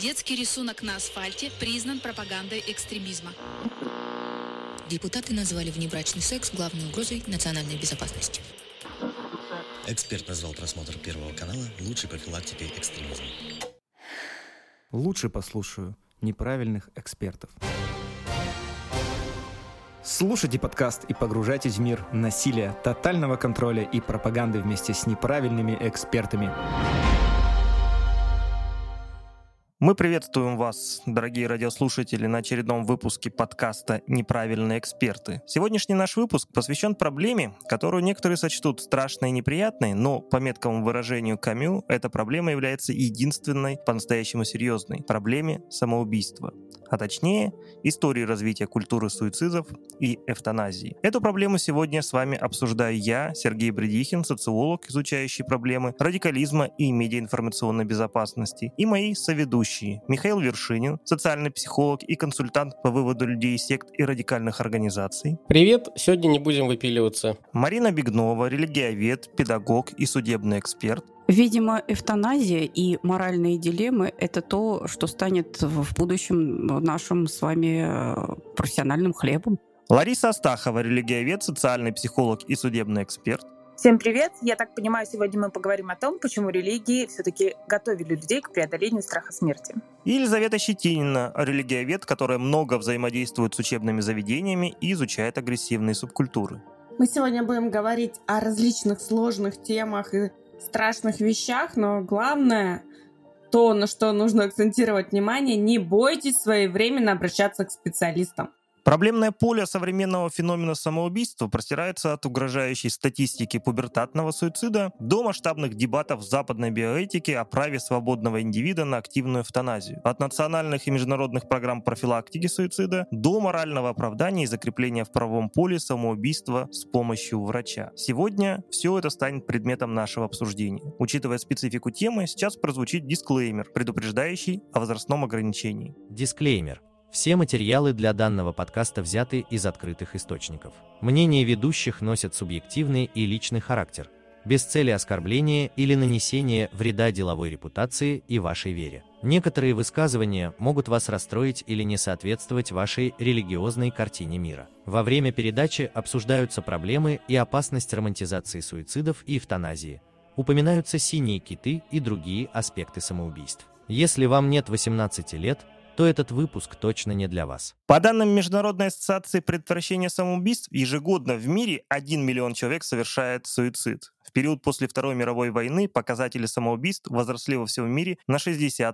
Детский рисунок на асфальте признан пропагандой экстремизма. Депутаты назвали внебрачный секс главной угрозой национальной безопасности. Эксперт назвал просмотр Первого канала лучшей профилактикой экстремизма. Лучше послушаю неправильных экспертов. Слушайте подкаст и погружайтесь в мир насилия, тотального контроля и пропаганды вместе с неправильными экспертами. Мы приветствуем вас, дорогие радиослушатели, на очередном выпуске подкаста «Неправильные эксперты». Сегодняшний наш выпуск посвящен проблеме, которую некоторые сочтут страшной и неприятной, но, по меткому выражению Камю, эта проблема является единственной по-настоящему серьезной – проблеме самоубийства. А точнее, истории развития культуры суицидов и эвтаназии. Эту проблему сегодня с вами обсуждаю я, Сергей Бредихин, социолог, изучающий проблемы радикализма и медиаинформационной безопасности, и мои соведущие Михаил Вершинин, социальный психолог и консультант по выводу людей из сект и радикальных организаций. Привет, сегодня не будем выпиливаться. Марина Бегнова, религиовед, педагог и судебный эксперт. Видимо, эвтаназия и моральные дилеммы – это то, что станет в будущем нашим с вами профессиональным хлебом. Лариса Астахова, религиовед, социальный психолог и судебный эксперт. Всем привет! Я так понимаю, сегодня мы поговорим о том, почему религии все-таки готовили людей к преодолению страха смерти. И Елизавета Щетинина, религиовед, которая много взаимодействует с учебными заведениями и изучает агрессивные субкультуры. Мы сегодня будем говорить о различных сложных темах и страшных вещах, но главное, то, на что нужно акцентировать внимание, не бойтесь своевременно обращаться к специалистам. Проблемное поле современного феномена самоубийства простирается от угрожающей статистики пубертатного суицида до масштабных дебатов в западной биоэтике о праве свободного индивида на активную эвтаназию, от национальных и международных программ профилактики суицида до морального оправдания и закрепления в правовом поле самоубийства с помощью врача. Сегодня все это станет предметом нашего обсуждения. Учитывая специфику темы, сейчас прозвучит дисклеймер, предупреждающий о возрастном ограничении. Дисклеймер. Все материалы для данного подкаста взяты из открытых источников. Мнения ведущих носят субъективный и личный характер, без цели оскорбления или нанесения вреда деловой репутации и вашей вере. Некоторые высказывания могут вас расстроить или не соответствовать вашей религиозной картине мира. Во время передачи обсуждаются проблемы и опасность романтизации суицидов и эвтаназии. Упоминаются синие киты и другие аспекты самоубийств. Если вам нет 18 лет, то этот выпуск точно не для вас. По данным Международной ассоциации предотвращения самоубийств, ежегодно в мире 1 миллион человек совершает суицид. В период после Второй мировой войны показатели самоубийств возросли во всем мире на 60%.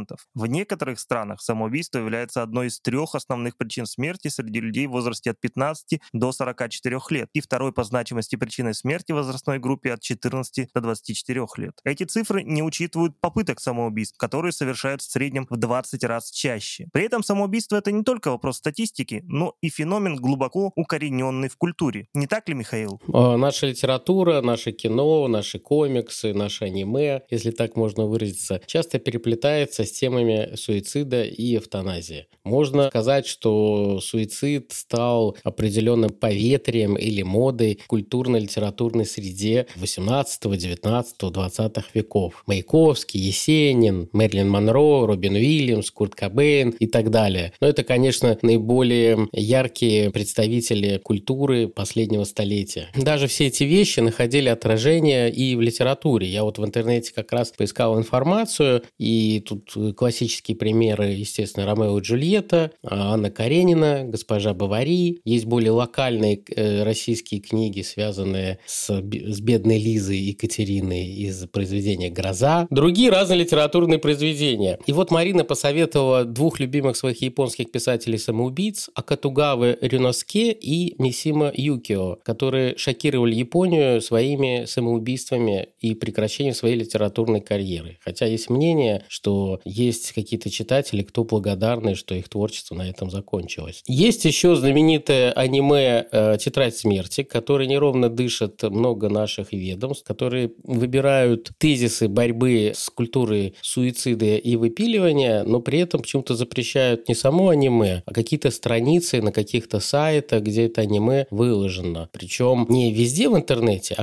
В некоторых странах самоубийство является одной из 3 основных причин смерти среди людей в возрасте от 15 до 44 лет и второй по значимости причиной смерти в возрастной группе от 14 до 24 лет. Эти цифры не учитывают попыток самоубийств, которые совершаются в среднем в 20 раз чаще. При этом самоубийство — это не только вопрос статистики, но и феномен, глубоко укорененный в культуре. Не так ли, Михаил? Наша литература, наше кино, наши комиксы, наше аниме, если так можно выразиться, часто переплетается с темами суицида и эвтаназии. Можно сказать, что суицид стал определенным поветрием или модой в культурно-литературной среде 18, 19, 20 веков. Маяковский, Есенин, Мэрилин Монро, Робин Уильямс, Курт Кобейн и так далее. Но это, конечно, наиболее яркие представители культуры последнего столетия. Даже все эти вещи находили отражение и в литературе. Я вот в интернете как раз поискал информацию, и тут классические примеры, естественно, Ромео и Джульетта, Анна Каренина, госпожа Бовари. Есть более локальные российские книги, связанные с бедной Лизой Екатериной из произведения «Гроза». Другие разные литературные произведения. И вот Марина посоветовала 2 любимых своих японских писателей-самоубийц Акатугавы Рюноске и Мисима Юкио, которые шокировали Японию своими самоубийствами и прекращением своей литературной карьеры. Хотя есть мнение, что есть какие-то читатели, кто благодарны, что их творчество на этом закончилось. Есть еще знаменитое аниме «Тетрадь смерти», которое неровно дышит много наших ведомств, которые выбирают тезисы борьбы с культурой суицида и выпиливания, но при этом почему-то запрещают не само аниме, а какие-то страницы на каких-то сайтах, где это аниме выложено. Причем не везде в интернете, а конкретно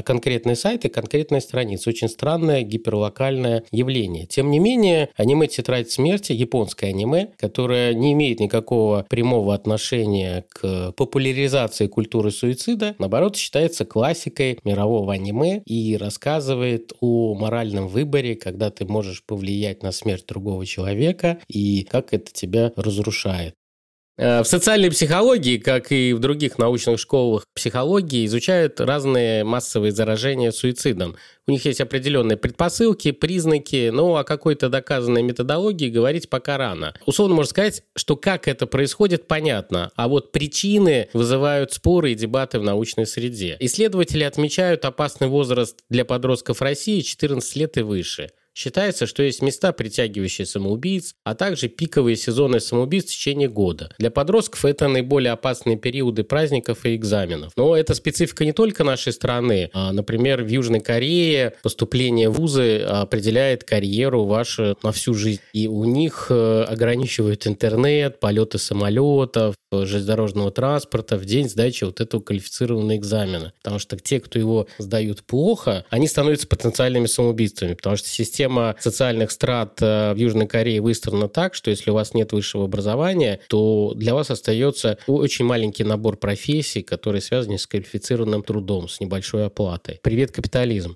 конкретные сайты, конкретные страницы. Очень странное гиперлокальное явление. Тем не менее, аниме «Тетрадь смерти», японское аниме, которое не имеет никакого прямого отношения к популяризации культуры суицида, наоборот, считается классикой мирового аниме и рассказывает о моральном выборе, когда ты можешь повлиять на смерть другого человека и как это тебя разрушает. В социальной психологии, как и в других научных школах психологии, изучают разные массовые заражения суицидом. У них есть определенные предпосылки, признаки, но о какой-то доказанной методологии говорить пока рано. Условно можно сказать, что как это происходит, понятно, а вот причины вызывают споры и дебаты в научной среде. Исследователи отмечают опасный возраст для подростков России 14 лет и выше. Считается, что есть места, притягивающие самоубийц, а также пиковые сезоны самоубийств в течение года. Для подростков это наиболее опасные периоды праздников и экзаменов. Но это специфика не только нашей страны. Например, в Южной Корее поступление в вузы определяет карьеру вашу на всю жизнь. И у них ограничивают интернет, полеты самолетов, железнодорожного транспорта в день сдачи вот этого квалифицированного экзамена. Потому что те, кто его сдают плохо, они становятся потенциальными самоубийцами, потому что система социальных страт в Южной Корее выстроена так, что если у вас нет высшего образования, то для вас остается очень маленький набор профессий, которые связаны с квалифицированным трудом, с небольшой оплатой. Привет, капитализм.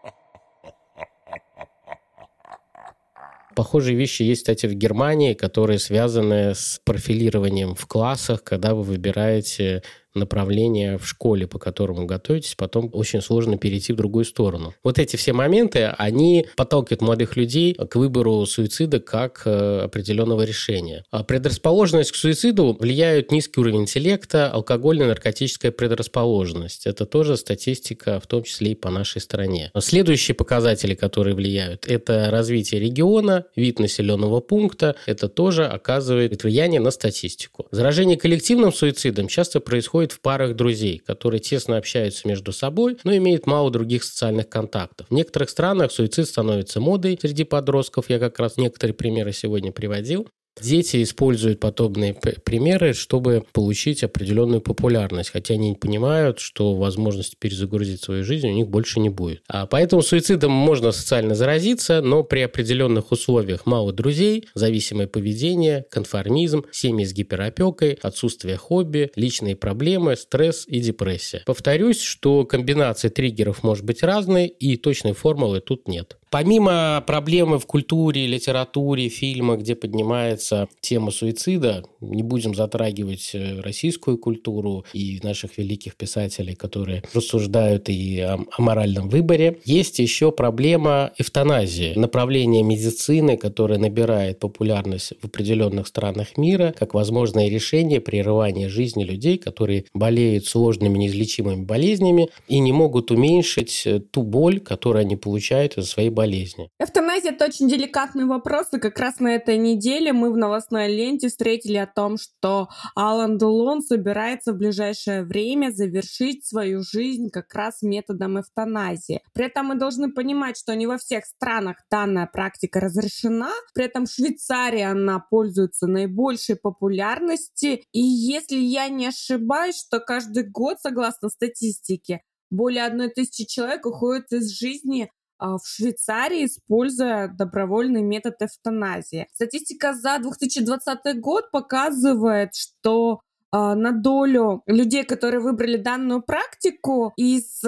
Похожие вещи есть, кстати, в Германии, которые связаны с профилированием в классах, когда вы выбираете направление в школе, по которому готовитесь, потом очень сложно перейти в другую сторону. Вот эти все моменты, они подталкивают молодых людей к выбору суицида как определенного решения. А предрасположенность к суициду влияют низкий уровень интеллекта, алкогольно-наркотическая предрасположенность. Это тоже статистика, в том числе и по нашей стране. Следующие показатели, которые влияют, это развитие региона, вид населенного пункта. Это тоже оказывает влияние на статистику. Заражение коллективным суицидом часто происходит в парах друзей, которые тесно общаются между собой, но имеют мало других социальных контактов. В некоторых странах суицид становится модой среди подростков. Я как раз некоторые примеры сегодня приводил. Дети используют подобные примеры, чтобы получить определенную популярность, хотя они не понимают, что возможности перезагрузить свою жизнь у них больше не будет. Поэтому суицидом можно социально заразиться, но при определенных условиях: мало друзей, зависимое поведение, конформизм, семьи с гиперопекой, отсутствие хобби, личные проблемы, стресс и депрессия. Повторюсь, что комбинация триггеров может быть разной, и точной формулы тут нет. Помимо проблемы в культуре, литературе, фильмах, где поднимается тема суицида, не будем затрагивать российскую культуру и наших великих писателей, которые рассуждают и о моральном выборе, есть еще проблема эвтаназии, направление медицины, которое набирает популярность в определенных странах мира, как возможное решение прерывания жизни людей, которые болеют сложными неизлечимыми болезнями и не могут уменьшить ту боль, которую они получают из-за своей болезни. Эвтаназия – это очень деликатный вопрос, и как раз на этой неделе мы в новостной ленте встретили о том, что Алан Делон собирается в ближайшее время завершить свою жизнь как раз методом эвтаназии. При этом мы должны понимать, что не во всех странах данная практика разрешена, при этом в Швейцарии она пользуется наибольшей популярностью, и если я не ошибаюсь, что каждый год, согласно статистике, более 1000 человек уходят из жизни в Швейцарии, используя добровольный метод эвтаназии. Статистика за 2020 год показывает, что на долю людей, которые выбрали данную практику, из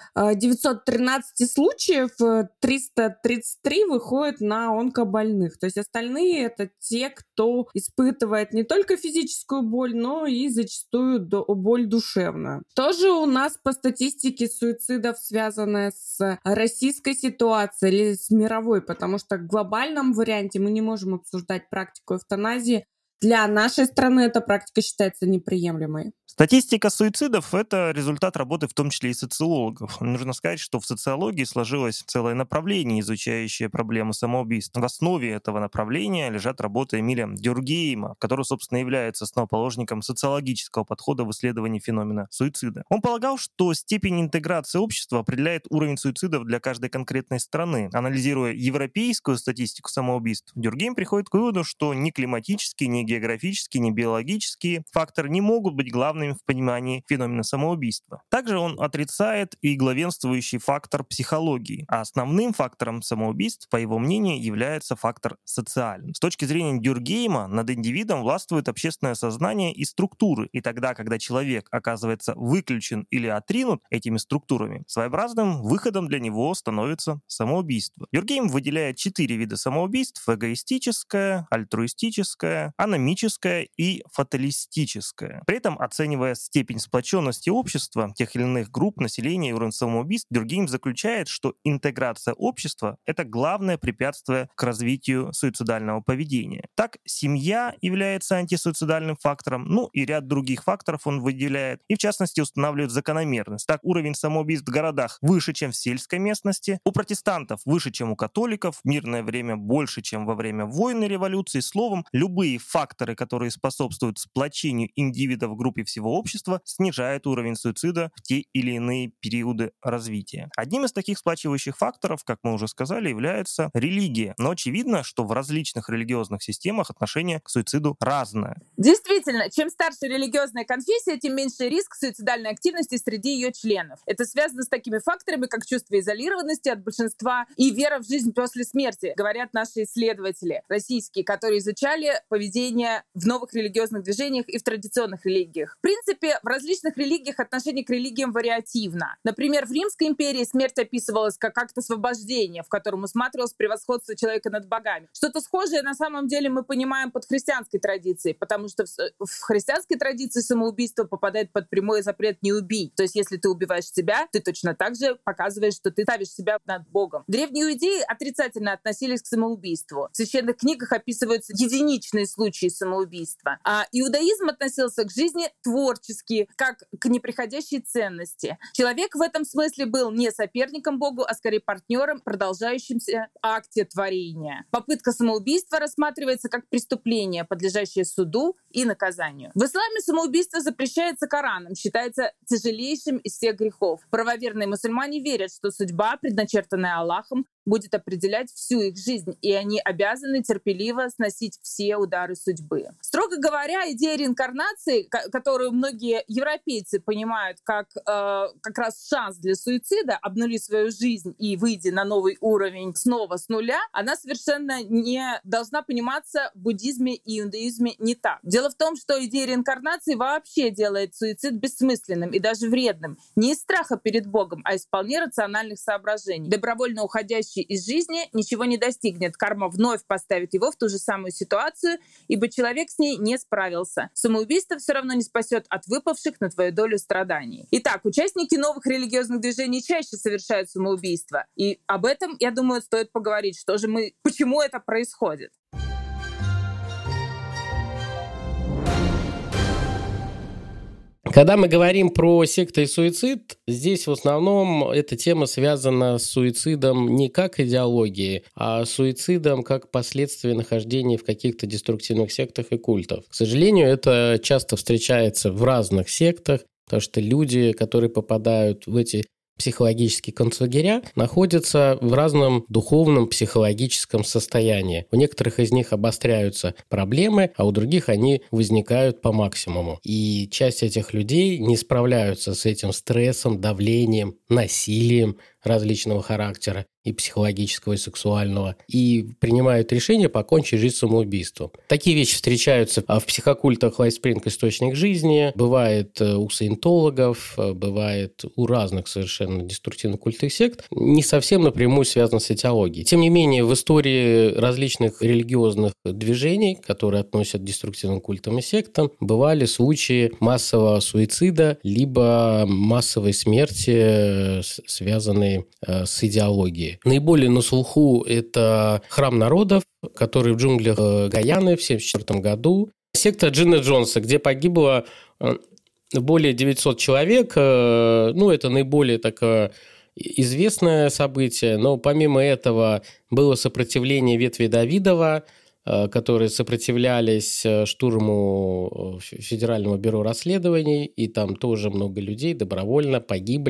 913 случаев 333 выходят на онкобольных. То есть остальные — это те, кто испытывает не только физическую боль, но и зачастую боль душевную. Тоже у нас по статистике суицидов связано с российской ситуацией или с мировой, потому что в глобальном варианте мы не можем обсуждать практику эвтаназии. Для нашей страны эта практика считается неприемлемой. Статистика суицидов — это результат работы в том числе и социологов. Нужно сказать, что в социологии сложилось целое направление, изучающее проблему самоубийств. В основе этого направления лежат работы Эмиля Дюркгейма, который, собственно, является основоположником социологического подхода в исследовании феномена суицида. Он полагал, что степень интеграции общества определяет уровень суицидов для каждой конкретной страны. Анализируя европейскую статистику самоубийств, Дюркгейм приходит к выводу, что ни климатические, ни географические, ни биологические факторы не могут быть главными в понимании феномена самоубийства. Также он отрицает и главенствующий фактор психологии, а основным фактором самоубийств, по его мнению, является фактор социальный. С точки зрения Дюркгейма, над индивидом властвует общественное сознание и структуры, и тогда, когда человек оказывается выключен или отринут этими структурами, своеобразным выходом для него становится самоубийство. Дюркгейм выделяет 4 вида самоубийств: эгоистическое, альтруистическое, аномическое и фаталистическое. При этом, оценивая степень сплоченности общества, тех или иных групп населения и уровень самоубийств, Дюркгейм заключает, что интеграция общества — это главное препятствие к развитию суицидального поведения. Так, семья является антисуицидальным фактором, и ряд других факторов он выделяет, и в частности устанавливает закономерность. Так, уровень самоубийств в городах выше, чем в сельской местности, у протестантов выше, чем у католиков, в мирное время больше, чем во время войн и революции. Словом, любые факторы, которые способствуют сплочению индивида в группе всего общества, снижают уровень суицида в те или иные периоды развития. Одним из таких сплачивающих факторов, как мы уже сказали, является религия. Но очевидно, что в различных религиозных системах отношение к суициду разное. Действительно, чем старше религиозная конфессия, тем меньше риск суицидальной активности среди ее членов. Это связано с такими факторами, как чувство изолированности от большинства и вера в жизнь после смерти, говорят наши исследователи российские, которые изучали поведение в новых религиозных движениях и в традиционных религиях. В принципе, в различных религиях отношение к религиям вариативно. Например, в Римской империи смерть описывалась как акт освобождения, в котором усматривалось превосходство человека над богами. Что-то схожее на самом деле мы понимаем под христианской традицией, потому что в христианской традиции самоубийство попадает под прямой запрет «не убий». То есть если ты убиваешь себя, ты точно так же показываешь, что ты ставишь себя над Богом. Древние иудеи отрицательно относились к самоубийству. В священных книгах описываются единичные случаи самоубийства. А иудаизм относился к жизни творчески, как к неприходящей ценности. Человек в этом смысле был не соперником Богу, а скорее партнером в продолжающемся акте творения. Попытка самоубийства рассматривается как преступление, подлежащее суду и наказанию. В исламе самоубийство запрещается Кораном, считается тяжелейшим из всех грехов. Правоверные мусульмане верят, что судьба, предначертанная Аллахом, будет определять всю их жизнь, и они обязаны терпеливо сносить все удары судьбы. Строго говоря, идея реинкарнации, которую многие европейцы понимают как раз шанс для суицида, обнули свою жизнь и выйти на новый уровень снова с нуля, она совершенно не должна пониматься в буддизме и иудаизме не так. Дело в том, что идея реинкарнации вообще делает суицид бессмысленным и даже вредным. Не из страха перед Богом, а из вполне рациональных соображений. Добровольно уходящий из жизни ничего не достигнет. Карма вновь поставит его в ту же самую ситуацию, ибо человек с ней не справился. Самоубийство все равно не спасет от выпавших на твою долю страданий. Итак, участники новых религиозных движений чаще совершают самоубийство. И об этом, я думаю, стоит поговорить. Почему это происходит? Когда мы говорим про секты и суицид, здесь в основном эта тема связана с суицидом не как идеологией, а суицидом как последствие нахождения в каких-то деструктивных сектах и культах. К сожалению, это часто встречается в разных сектах, потому что люди, которые попадают в эти психологические концлагеря, находятся в разном духовном психологическом состоянии. У некоторых из них обостряются проблемы, а у других они возникают по максимуму. И часть этих людей не справляются с этим стрессом, давлением, насилием различного характера, и психологического, и сексуального, и принимают решение покончить жизнь самоубийством. Такие вещи встречаются в психокультах Лайтспринг «Источник жизни», бывает у саентологов, бывает у разных совершенно деструктивных культовых сект, не совсем напрямую связано с этиологией. Тем не менее, в истории различных религиозных движений, которые относят к деструктивным культам и сектам, бывали случаи массового суицида, либо массовой смерти, связанные с идеологией. Наиболее на слуху это храм народов, который в джунглях Гаяны в 1974 году. Секта Джина Джонса, где погибло более 900 человек. Это наиболее такое известное событие. Но помимо этого было сопротивление ветви Давидова, которые сопротивлялись штурму Федерального бюро расследований. И там тоже много людей добровольно погибли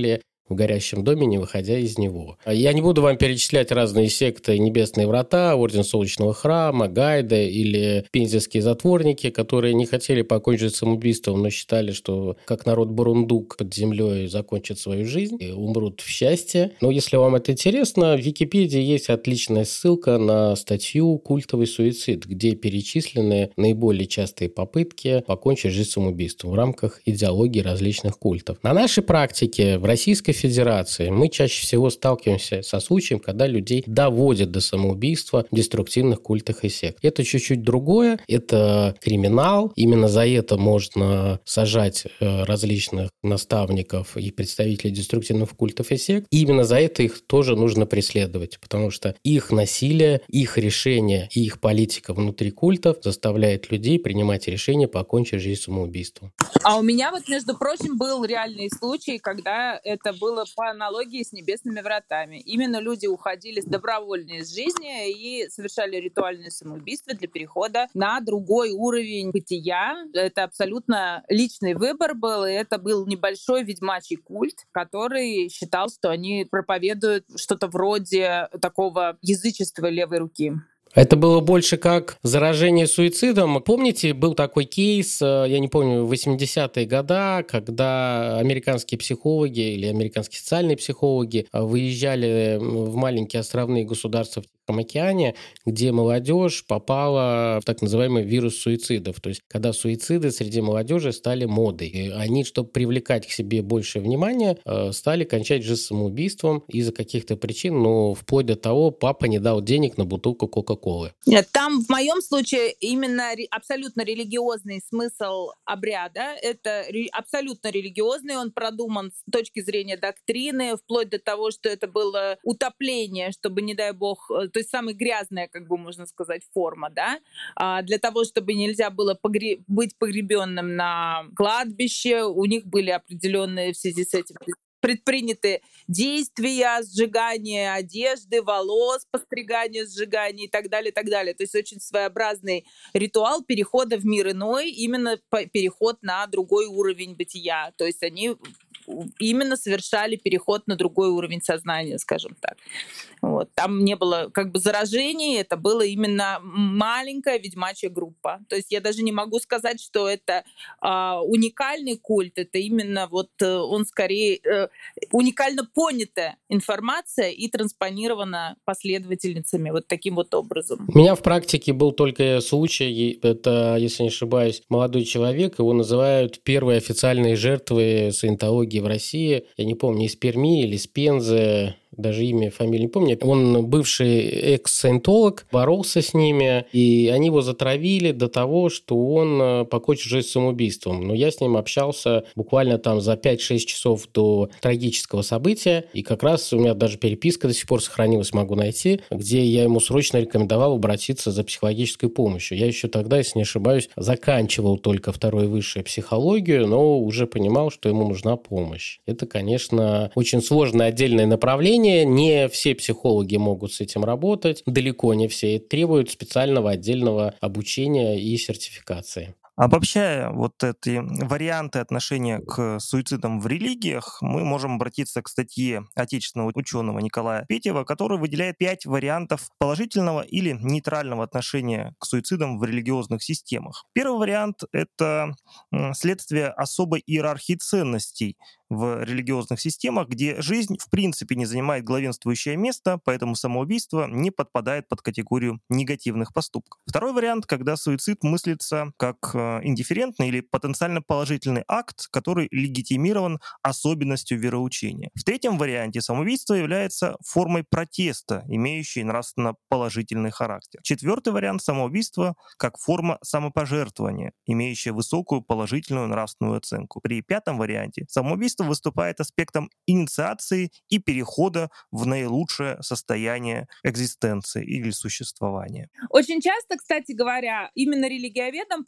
в горящем доме, не выходя из него. Я не буду вам перечислять разные секты «Небесные врата», «Орден Солнечного храма», «Гайда» или «Пензенские затворники», которые не хотели покончить самоубийством, но считали, что как народ Бурундук под землей закончит свою жизнь и умрут в счастье. Но если вам это интересно, в Википедии есть отличная ссылка на статью «Культовый суицид», где перечислены наиболее частые попытки покончить жизнь самоубийством в рамках идеологии различных культов. На нашей практике в Российской Федерации мы чаще всего сталкиваемся со случаем, когда людей доводят до самоубийства в деструктивных культах и сект. Это чуть-чуть другое, это криминал. Именно за это можно сажать различных наставников и представителей деструктивных культов и сект. И именно за это их тоже нужно преследовать, потому что их насилие, их решение и их политика внутри культов заставляет людей принимать решение покончить жизнь самоубийством. А у меня вот, между прочим, был реальный случай, когда это было по аналогии с небесными вратами. Именно люди уходили добровольно из жизни и совершали ритуальное самоубийство для перехода на другой уровень бытия. Это абсолютно личный выбор был, и это был небольшой ведьмачий культ, который считал, что они проповедуют что-то вроде такого язычества левой руки. Это было больше как заражение суицидом. Помните, был такой кейс, я не помню, в 80-е годы, когда американские психологи или американские социальные психологи выезжали в маленькие островные государства в Тихом океане, где молодежь попала в так называемый вирус суицидов. То есть, когда суициды среди молодежи стали модой. И они, чтобы привлекать к себе больше внимания, стали кончать жизнь самоубийством из-за каких-то причин, но вплоть до того, папа не дал денег на бутылку Кока-Колы. Нет, там в моем случае именно абсолютно религиозный смысл обряда. Это абсолютно религиозный, он продуман с точки зрения доктрины, вплоть до того, что это было утопление, чтобы, не дай бог, то есть самая грязная, как бы можно сказать, форма, да, для того, чтобы нельзя было быть погребенным на кладбище, у них были определенные в связи с этим предприняты действия, сжигание одежды, волос, постригание, сжигание и так далее, и так далее. То есть очень своеобразный ритуал перехода в мир иной, именно переход на другой уровень бытия. То есть они именно совершали переход на другой уровень сознания, скажем так. Вот. Там не было как бы заражений, это была именно маленькая ведьмачья группа. То есть я даже не могу сказать, что это уникальный культ, это именно вот он скорее уникально понятая информация и транспонирована последовательницами вот таким вот образом. У меня в практике был только случай, это, если не ошибаюсь, молодой человек, его называют первой официальной жертвой саентологии в России. Я не помню, из Перми или из Пензы, даже имя, фамилию не помню. Он бывший экс-саентолог, боролся с ними, и они его затравили до того, что он покончил жизнь самоубийством. Но я с ним общался буквально там за 5-6 часов до трагического события, и как раз у меня даже переписка до сих пор сохранилась, могу найти, где я ему срочно рекомендовал обратиться за психологической помощью. Я еще тогда, если не ошибаюсь, заканчивал только вторую высшую психологию, но уже понимал, что ему нужна помощь. Это, конечно, очень сложное отдельное направление. Не все психологи могут с этим работать, далеко не все. И требуют специального отдельного обучения и сертификации. Обобщая вот эти варианты отношения к суицидам в религиях, мы можем обратиться к статье отечественного ученого Николая Петева, который выделяет 5 вариантов положительного или нейтрального отношения к суицидам в религиозных системах. Первый вариант — это следствие особой иерархии ценностей в религиозных системах, где жизнь в принципе не занимает главенствующее место, поэтому самоубийство не подпадает под категорию негативных поступков. Второй вариант, когда суицид мыслится как индифферентный или потенциально положительный акт, который легитимирован особенностью вероучения. В третьем варианте самоубийство является формой протеста, имеющей нравственно положительный характер. Четвертый вариант — самоубийство как форма самопожертвования, имеющая высокую положительную нравственную оценку. При пятом варианте самоубийство выступает аспектом инициации и перехода в наилучшее состояние экзистенции или существования. Очень часто, кстати говоря, именно религиоведам предлагают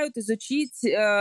предлагают изучить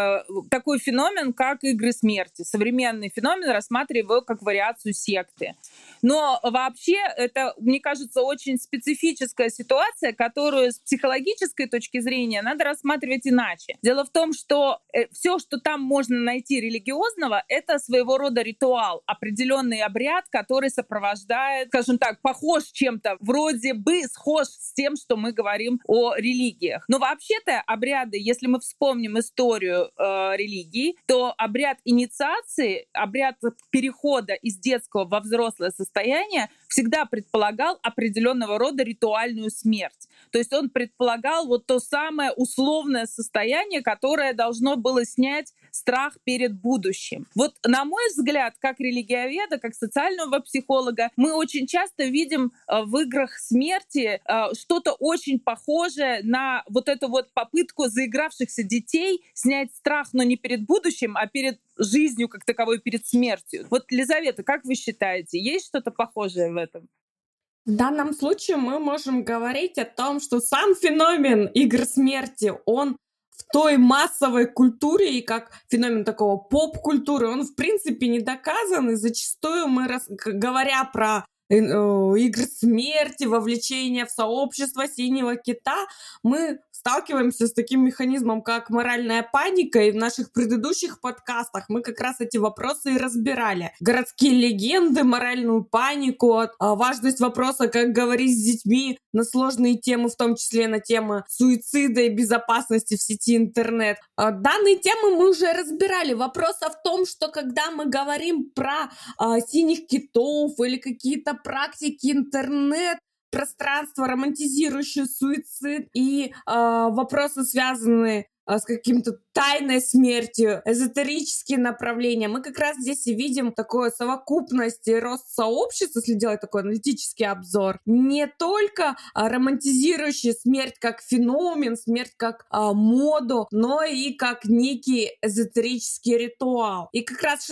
такой феномен, как игры смерти. Современный феномен, рассматривая его как вариацию секты. Но вообще это, мне кажется, очень специфическая ситуация, которую с психологической точки зрения надо рассматривать иначе. Дело в том, что все, что там можно найти религиозного, это своего рода ритуал, определенный обряд, который сопровождает, скажем так, похож чем-то, вроде бы схож с тем, что мы говорим о религиях. Но вообще-то обряды, если мы вспомним историю религий, то обряд инициации, обряд перехода из детского во взрослое состояние всегда предполагал определенного рода ритуальную смерть. То есть он предполагал вот то самое условное состояние, которое должно было снять страх перед будущим. Вот на мой взгляд, как религиоведа, как социального психолога, мы очень часто видим в играх смерти что-то очень похожее на вот эту вот попытку заигравшихся детей снять страх, но не перед будущим, а перед жизнью как таковой, перед смертью. Вот, Лизавета, как вы считаете, есть что-то похожее в этом? В данном случае мы можем говорить о том, что сам феномен игр смерти, он в той массовой культуре и как феномен такого поп-культуры, он в принципе не доказан, и зачастую мы, говоря про игры смерти, вовлечение в сообщество синего кита, мы сталкиваемся с таким механизмом, как моральная паника, и в наших предыдущих подкастах мы как раз эти вопросы и разбирали. Городские легенды, моральную панику, важность вопроса, как говорить с детьми на сложные темы, в том числе на темы суицида и безопасности в сети интернет. Данные темы мы уже разбирали. Вопрос в том, что когда мы говорим про синих китов или какие-то практики интернет, пространство, романтизирующее суицид и вопросы, связанные с каким-то тайной смертью, эзотерические направления. Мы как раз здесь и видим такую совокупность и рост сообществ, если делать такой аналитический обзор. Не только романтизирующая смерть как феномен, смерть как моду, но и как некий эзотерический ритуал. И как раз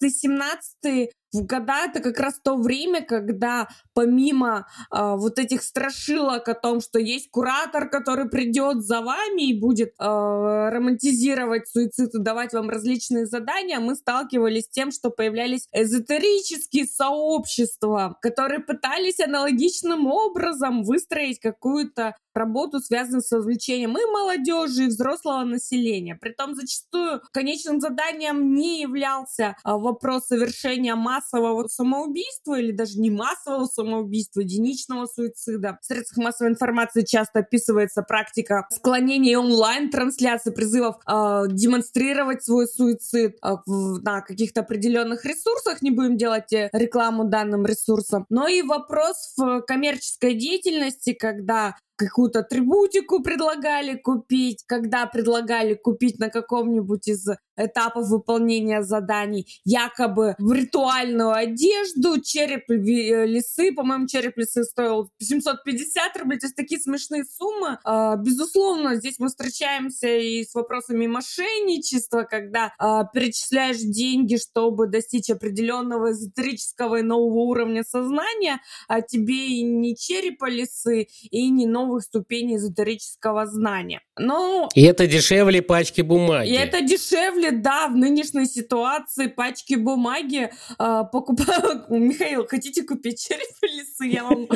16-17 года — это как раз то время, когда помимо вот этих страшилок о том, что есть куратор, который придет за вами и будет романтизировать суицид и давать вам различные задания, мы сталкивались с тем, что появлялись эзотерические сообщества, которые пытались аналогичным образом выстроить какую-то работу, связанную с развлечением и молодежи, и взрослого населения. Притом зачастую конечным заданием не являлся вопрос совершения массового самоубийства или даже не массового самоубийства, единичного суицида. В средствах массовой информации часто описывается практика склонения онлайн-трансляции, призывов демонстрировать свой суицид на каких-то определенных ресурсах. Не будем делать рекламу данным ресурсам. Но и вопрос в коммерческой деятельности, когда какую-то атрибутику предлагали купить, когда предлагали купить на каком-нибудь из этапов выполнения заданий якобы в ритуальную одежду, череп лисы, по-моему, череп лисы стоил 750 рублей, то есть такие смешные суммы. Безусловно, здесь мы встречаемся и с вопросами мошенничества, когда перечисляешь деньги, чтобы достичь определенного эзотерического и нового уровня сознания, а тебе и не черепа лисы, и не новых ступеней эзотерического знания. Но... И это дешевле пачки бумаги. И это дешевле, да, в нынешней ситуации пачки бумаги покупаю. Михаил, хотите купить череп лисы? Я вам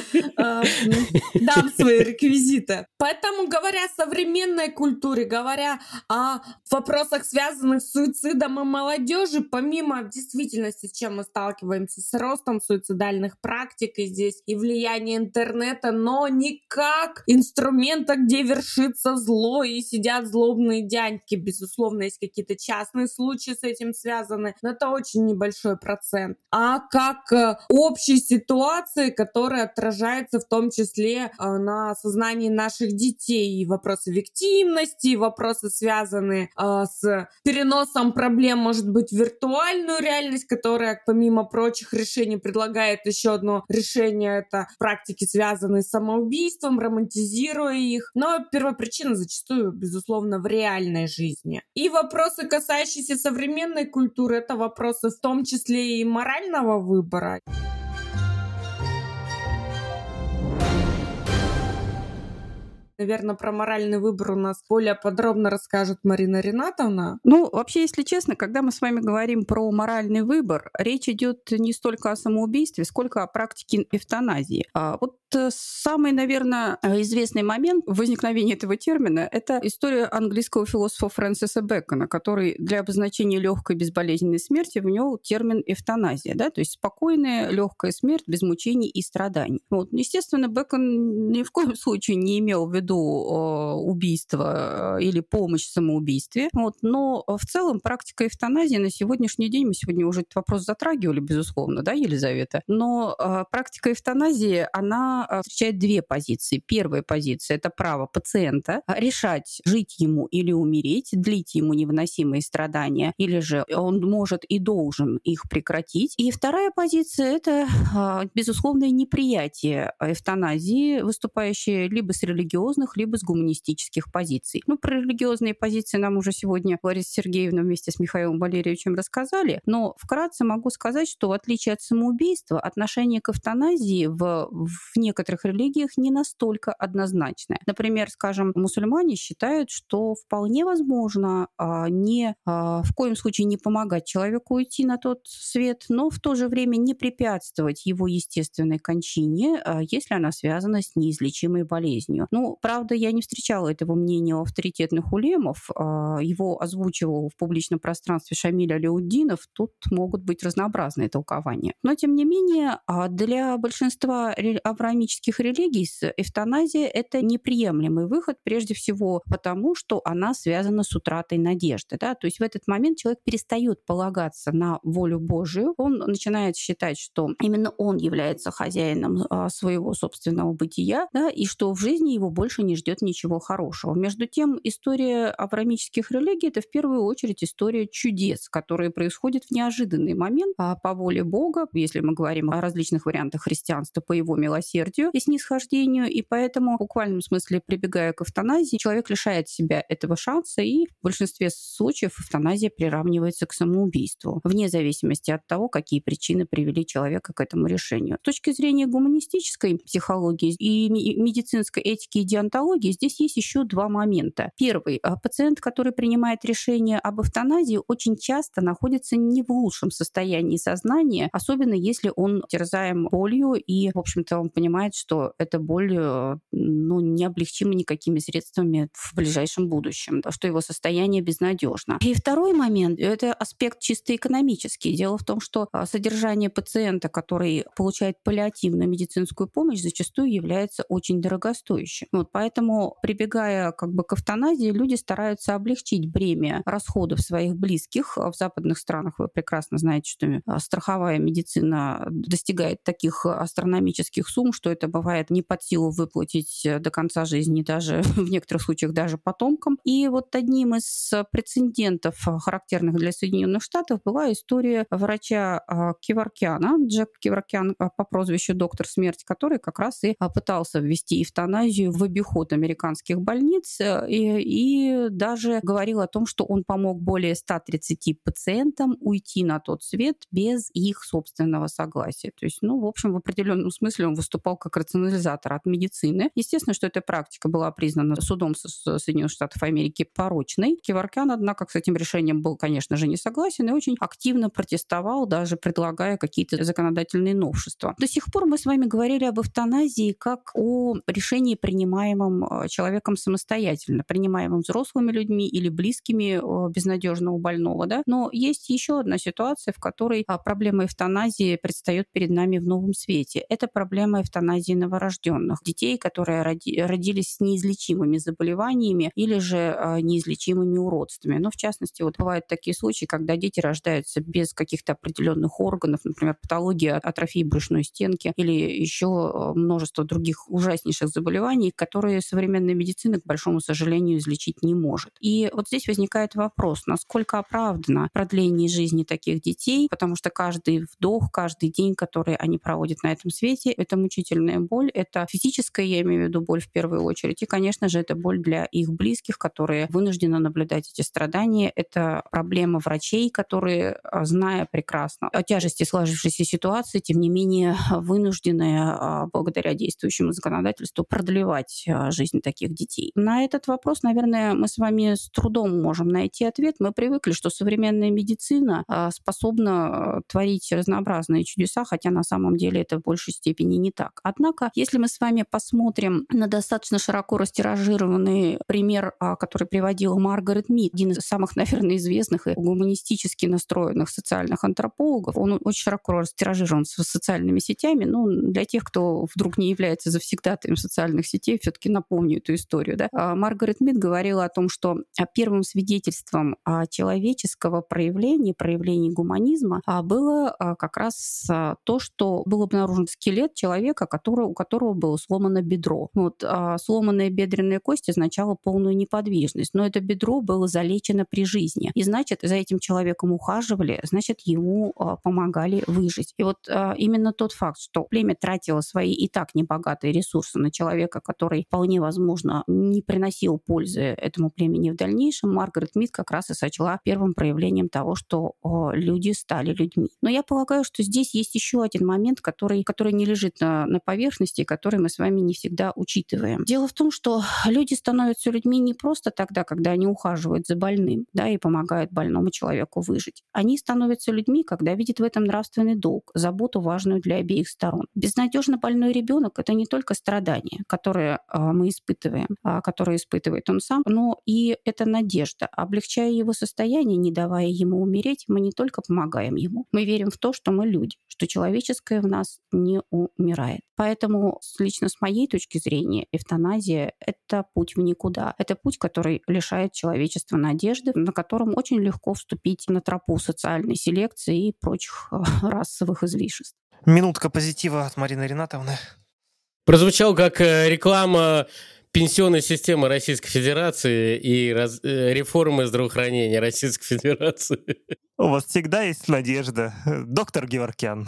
дам свои реквизиты. Поэтому, говоря о современной культуре, говоря о вопросах, связанных с суицидом и молодежи, помимо в действительности, с чем мы сталкиваемся, с ростом суицидальных практик, и здесь и влияние интернета, но не как инструмента, где вершится зло и сидят злобные дядьки. Безусловно, есть какие-то частные случаи с этим связаны, но это очень небольшой процент. А как общей ситуации, которая отражается в том числе на сознании наших детей. И вопросы виктимности, и вопросы, связанные с переносом проблем, может быть, в виртуальную реальность, которая, помимо прочих решений, предлагает еще одно решение. Это практики, связанные с самоубийством, романтизируя их. Но первопричина зачастую, безусловно, в реальной жизни. И вопросы, касающиеся современной культуры, это вопросы в том числе и морального выбора. Наверное, про моральный выбор у нас более подробно расскажет Марина Ринатовна. Ну, вообще, если честно, когда мы с вами говорим про моральный выбор, речь идет не столько о самоубийстве, сколько о практике эвтаназии. Вот самый, наверное, известный момент возникновения этого термина – это история английского философа Фрэнсиса Бэкона, который для обозначения легкой безболезненной смерти ввел термин эвтаназия, да, то есть спокойная, легкая смерть без мучений и страданий. Вот. Естественно, Бэкон ни в коем случае не имел в виду убийство или помощь в самоубийстве, вот, но в целом практика эвтаназии на сегодняшний день, мы сегодня уже этот вопрос затрагивали, безусловно, да, Елизавета, но практика эвтаназии, она встречает две позиции. Первая позиция – это право пациента решать, жить ему или умереть, длить ему невыносимые страдания, или же он может и должен их прекратить. И вторая позиция – это безусловное неприятие эвтаназии, выступающее либо с религиозных, либо с гуманистических позиций. Ну, про религиозные позиции нам уже сегодня Лариса Сергеевна вместе с Михаилом Валерьевичем рассказали, но вкратце могу сказать, что в отличие от самоубийства, отношение к эвтаназии в некоторых религиях не настолько однозначное. Например, скажем, мусульмане считают, что вполне возможно в коем случае не помогать человеку уйти на тот свет, но в то же время не препятствовать его естественной кончине, если она связана с неизлечимой болезнью. Ну, правда, я не встречала этого мнения у авторитетных улемов. Его озвучивал в публичном пространстве Шамиль Аляутдинов. Тут могут быть разнообразные толкования. Но, тем не менее, для большинства авраамических религий эвтаназия – это неприемлемый выход, прежде всего потому, что она связана с утратой надежды. Да? То есть в этот момент человек перестает полагаться на волю Божию, он начинает считать, что именно он является хозяином своего собственного бытия, да, и что в жизни его больше не ждет ничего хорошего. Между тем, история авраамических религий – это в первую очередь история чудес, которые происходят в неожиданный момент по воле Бога, если мы говорим о различных вариантах христианства, по его милосердию и снисхождению, и поэтому в буквальном смысле, прибегая к эвтаназии, человек лишает себя этого шанса, и в большинстве случаев эвтаназия приравнивается к самоубийству, вне зависимости от того, какие причины привели человека к этому решению. С точки зрения гуманистической психологии и медицинской этики и деонтологии здесь есть еще два момента. Первый. Пациент, который принимает решение об эвтаназии, очень часто находится не в лучшем состоянии сознания, особенно если он терзаем болью и, в общем-то, он понимает, что эта боль необлегчима никакими средствами в ближайшем будущем, что его состояние безнадежно. И второй момент – это аспект чисто экономический. Дело в том, что содержание пациента, который получает паллиативную медицинскую помощь, зачастую является очень дорогостоящим. Вот поэтому, прибегая к эвтаназии, люди стараются облегчить бремя расходов своих близких. В западных странах вы прекрасно знаете, что страховая медицина достигает таких астрономических сумм, что это бывает не под силу выплатить до конца жизни, даже в некоторых случаях даже потомкам. И вот одним из прецедентов, характерных для Соединенных Штатов, была история врача Кеворкяна, Джек Кеворкян по прозвищу «Доктор смерть», который как раз и пытался ввести эвтаназию в обиход американских больниц и даже говорил о том, что он помог более 130 пациентам уйти на тот свет без их собственного согласия. То есть, в общем, в определенном смысле он выступал как рационализатор от медицины. Естественно, что эта практика была признана судом Соединенных Штатов Америки порочной. Кеворкян, однако, с этим решением был, конечно же, не согласен и очень активно протестовал, даже предлагая какие-то законодательные новшества. До сих пор мы с вами говорили об эвтаназии как о решении, принимаемом человеком самостоятельно, принимаемом взрослыми людьми или близкими безнадежного больного. Да? Но есть еще одна ситуация, в которой проблема эвтаназии предстает перед нами в новом свете. Это проблема эвтаназии новорожденных. Детей, которые родились с неизлечимыми заболеваниями или же неизлечимыми уродствами. Но в частности, бывают такие случаи, когда дети рождаются без каких-то определенных органов, например, патология атрофии брюшной стенки или еще множество других ужаснейших заболеваний, которые современная медицина, к большому сожалению, излечить не может. И вот здесь возникает вопрос, насколько оправдано продление жизни таких детей, потому что каждый вдох, каждый день, который они проводят на этом свете, это мучительная боль, это физическая, я имею в виду боль в первую очередь, и, конечно же, это боль для их близких, которые вынуждены наблюдать эти страдания, это проблема врачей, которые, зная прекрасно о тяжести сложившейся ситуации, тем не менее вынуждены, благодаря действующему законодательству, продлевать жизнь таких детей? На этот вопрос, наверное, мы с вами с трудом можем найти ответ. Мы привыкли, что современная медицина способна творить разнообразные чудеса, хотя на самом деле это в большей степени не так. Однако, если мы с вами посмотрим на достаточно широко растиражированный пример, который приводила Маргарет Мид, один из самых, наверное, известных и гуманистически настроенных социальных антропологов, он очень широко растиражирован с социальными сетями. Для тех, кто вдруг не является завсегдатаем социальных сетей, все-таки напомню эту историю. Да? Маргарет Мид говорила о том, что первым свидетельством человеческого проявления гуманизма было как раз то, что был обнаружен скелет человека, у которого было сломано бедро. Сломанная бедренная кость означала полную неподвижность, но это бедро было залечено при жизни. И значит, за этим человеком ухаживали, значит, ему помогали выжить. И именно тот факт, что племя тратило свои и так небогатые ресурсы на человека, который, вполне возможно, не приносил пользы этому племени в дальнейшем, Маргарет Мид как раз и сочла первым проявлением того, что люди стали людьми. Но я полагаю, что здесь есть еще один момент, который не лежит на поверхности, который мы с вами не всегда учитываем. Дело в том, что люди становятся людьми не просто тогда, когда они ухаживают за больным, да, и помогают больному человеку выжить. Они становятся людьми, когда видят в этом нравственный долг, заботу, важную для обеих сторон. Безнадежно больной ребенок — это не только страдание, которое мы испытываем, которое испытывает он сам, но и это надежда. Облегчая его состояние, не давая ему умереть, мы не только помогаем ему, мы верим в то, что мы люди, что человеческое в нас не умирает. Поэтому лично с моей точки зрения эвтаназия — это путь в никуда. Это путь, который лишает человечества надежды, на котором очень легко вступить на тропу социальной селекции и прочих расовых излишеств. Минутка позитива от Марины Ринатовны. Прозвучал как реклама пенсионной системы Российской Федерации и реформы здравоохранения Российской Федерации. У вас всегда есть надежда. Доктор Геворкян.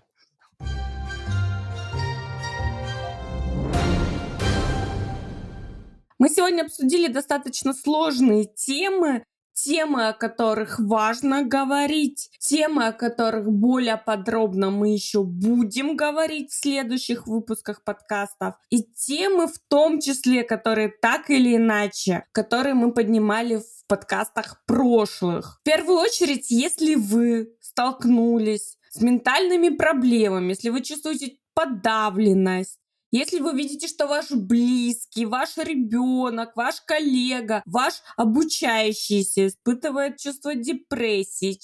Мы сегодня обсудили достаточно сложные темы, о которых важно говорить, темы, о которых более подробно мы еще будем говорить в следующих выпусках подкастов, и темы в том числе, которые так или иначе, которые мы поднимали в подкастах прошлых. В первую очередь, если вы столкнулись с ментальными проблемами, если вы чувствуете подавленность, если вы видите, что ваш близкий, ваш ребенок, ваш коллега, ваш обучающийся испытывает чувство депрессии,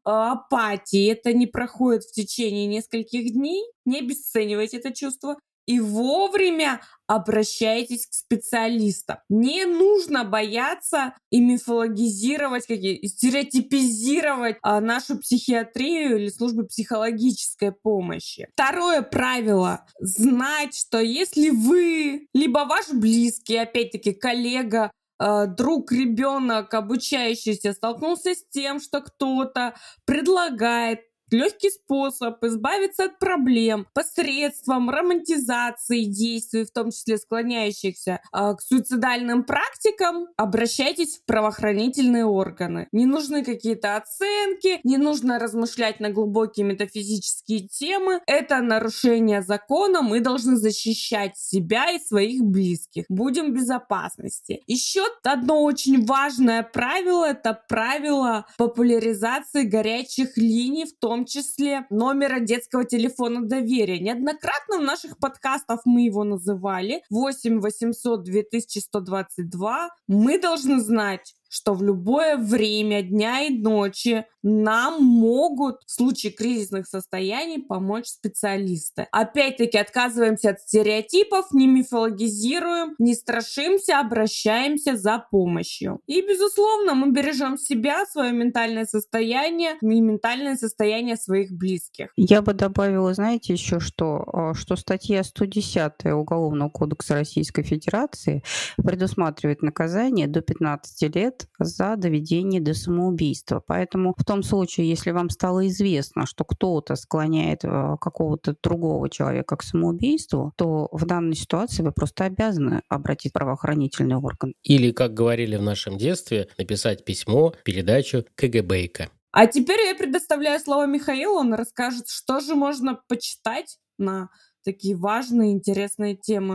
апатии, это не проходит в течение нескольких дней, не обесценивайте это чувство и вовремя обращайтесь к специалистам. Не нужно бояться и мифологизировать, стереотипизировать нашу психиатрию или службу психологической помощи. Второе правило. Знать, что если вы, либо ваш близкий, опять-таки коллега, друг, ребенок, обучающийся, столкнулся с тем, что кто-то предлагает легкий способ избавиться от проблем посредством романтизации действий, в том числе склоняющихся к суицидальным практикам, обращайтесь в правоохранительные органы. Не нужны какие-то оценки, не нужно размышлять на глубокие метафизические темы. Это нарушение закона, мы должны защищать себя и своих близких. Будем в безопасности. Еще одно очень важное правило — это правило популяризации горячих линий, в том числе номера детского телефона доверия. Неоднократно в наших подкастах мы его называли. 8 800 2122. Мы должны знать, что в любое время дня и ночи нам могут в случае кризисных состояний помочь специалисты. Опять-таки отказываемся от стереотипов, не мифологизируем, не страшимся, обращаемся за помощью. И, безусловно, мы бережем себя, свое ментальное состояние и ментальное состояние своих близких. Я бы добавила, знаете, еще что статья 110 Уголовного кодекса Российской Федерации предусматривает наказание до 15 лет за доведение до самоубийства. Поэтому в том случае, если вам стало известно, что кто-то склоняет какого-то другого человека к самоубийству, то в данной ситуации вы просто обязаны обратить в правоохранительный орган. Или, как говорили в нашем детстве, написать письмо, передачу КГБейка. А теперь я предоставляю слово Михаилу, он расскажет, что же можно почитать на такие важные, интересные темы.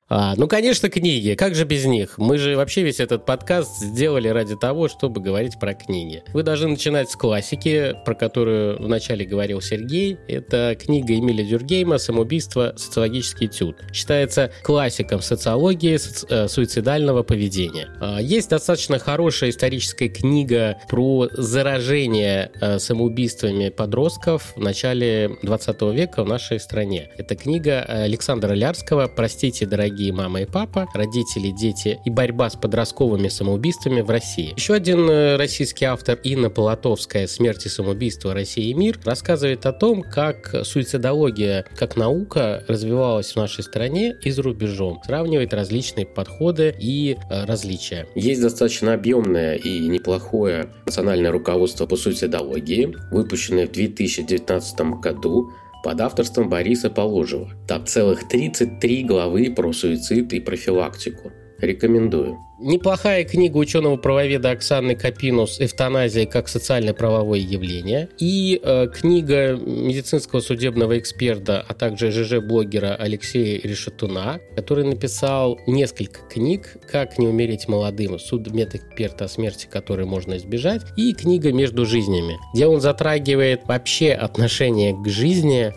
Конечно, книги. Как же без них? Мы же вообще весь этот подкаст сделали ради того, чтобы говорить про книги. Вы должны начинать с классики, про которую вначале говорил Сергей. Это книга Эмиля Дюркгейма «Самоубийство. Социологический этюд». Считается классиком социологии суицидального поведения. Есть достаточно хорошая историческая книга про заражение самоубийствами подростков в начале 20 века в нашей стране. Это книга Александра Лярского «Простите, дорогие мама и папа, родители, дети и борьба с подростковыми самоубийствами в России». Еще один российский автор, Инна Полотовская, «Смерть и самоубийство. Россия и мир», рассказывает о том, как суицидология как наука развивалась в нашей стране и за рубежом, сравнивает различные подходы и различия. Есть достаточно объемное и неплохое национальное руководство по суицидологии, выпущенное в 2019 году, под авторством Бориса Положева. Там целых 33 главы про суицид и профилактику. Рекомендую. Неплохая книга ученого-правоведа Оксаны Капинус «Эвтаназия как социально-правовое явление» и книга медицинского судебного эксперта, а также ЖЖ-блогера Алексея Решетуна, который написал несколько книг «Как не умереть молодым. Судмедэксперта о смерти, которой можно избежать», и книга «Между жизнями», где он затрагивает вообще отношение к жизни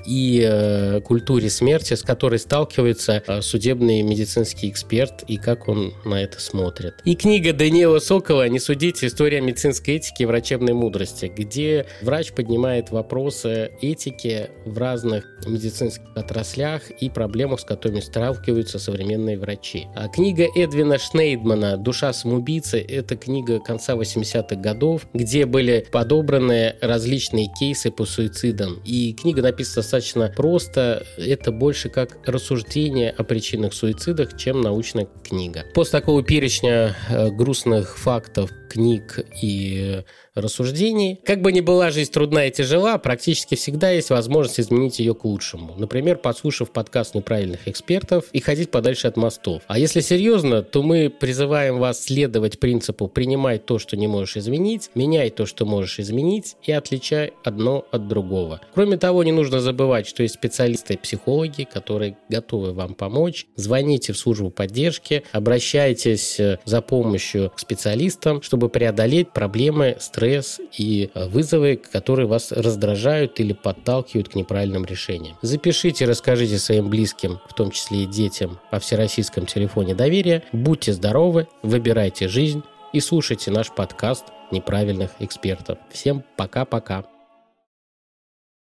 и культуре смерти, с которой сталкивается судебный медицинский эксперт и как он на это смотрит. И книга Даниэла Сокола «Не судите. История медицинской этики и врачебной мудрости», где врач поднимает вопросы этики в разных медицинских отраслях и проблемах, с которыми сталкиваются современные врачи. А книга Эдвина Шнейдмана «Душа самоубийцы» — это книга конца 80-х годов, где были подобраны различные кейсы по суицидам. И книга написана достаточно просто. Это больше как рассуждение о причинах суицидов, чем научная книга. После такого перечня грустных фактов, книг и рассуждений. Как бы ни была жизнь трудна и тяжела, практически всегда есть возможность изменить ее к лучшему. Например, послушав подкаст неправильных экспертов и ходить подальше от мостов. А если серьезно, то мы призываем вас следовать принципу «принимай то, что не можешь изменить, меняй то, что можешь изменить и отличай одно от другого». Кроме того, не нужно забывать, что есть специалисты и психологи, которые готовы вам помочь. Звоните в службу поддержки, обращайтесь за помощью к специалистам, чтобы преодолеть проблемы, стресс и вызовы, которые вас раздражают или подталкивают к неправильным решениям. Запишите, расскажите своим близким, в том числе и детям, о всероссийском телефоне доверия. Будьте здоровы, выбирайте жизнь и слушайте наш подкаст неправильных экспертов. Всем пока-пока.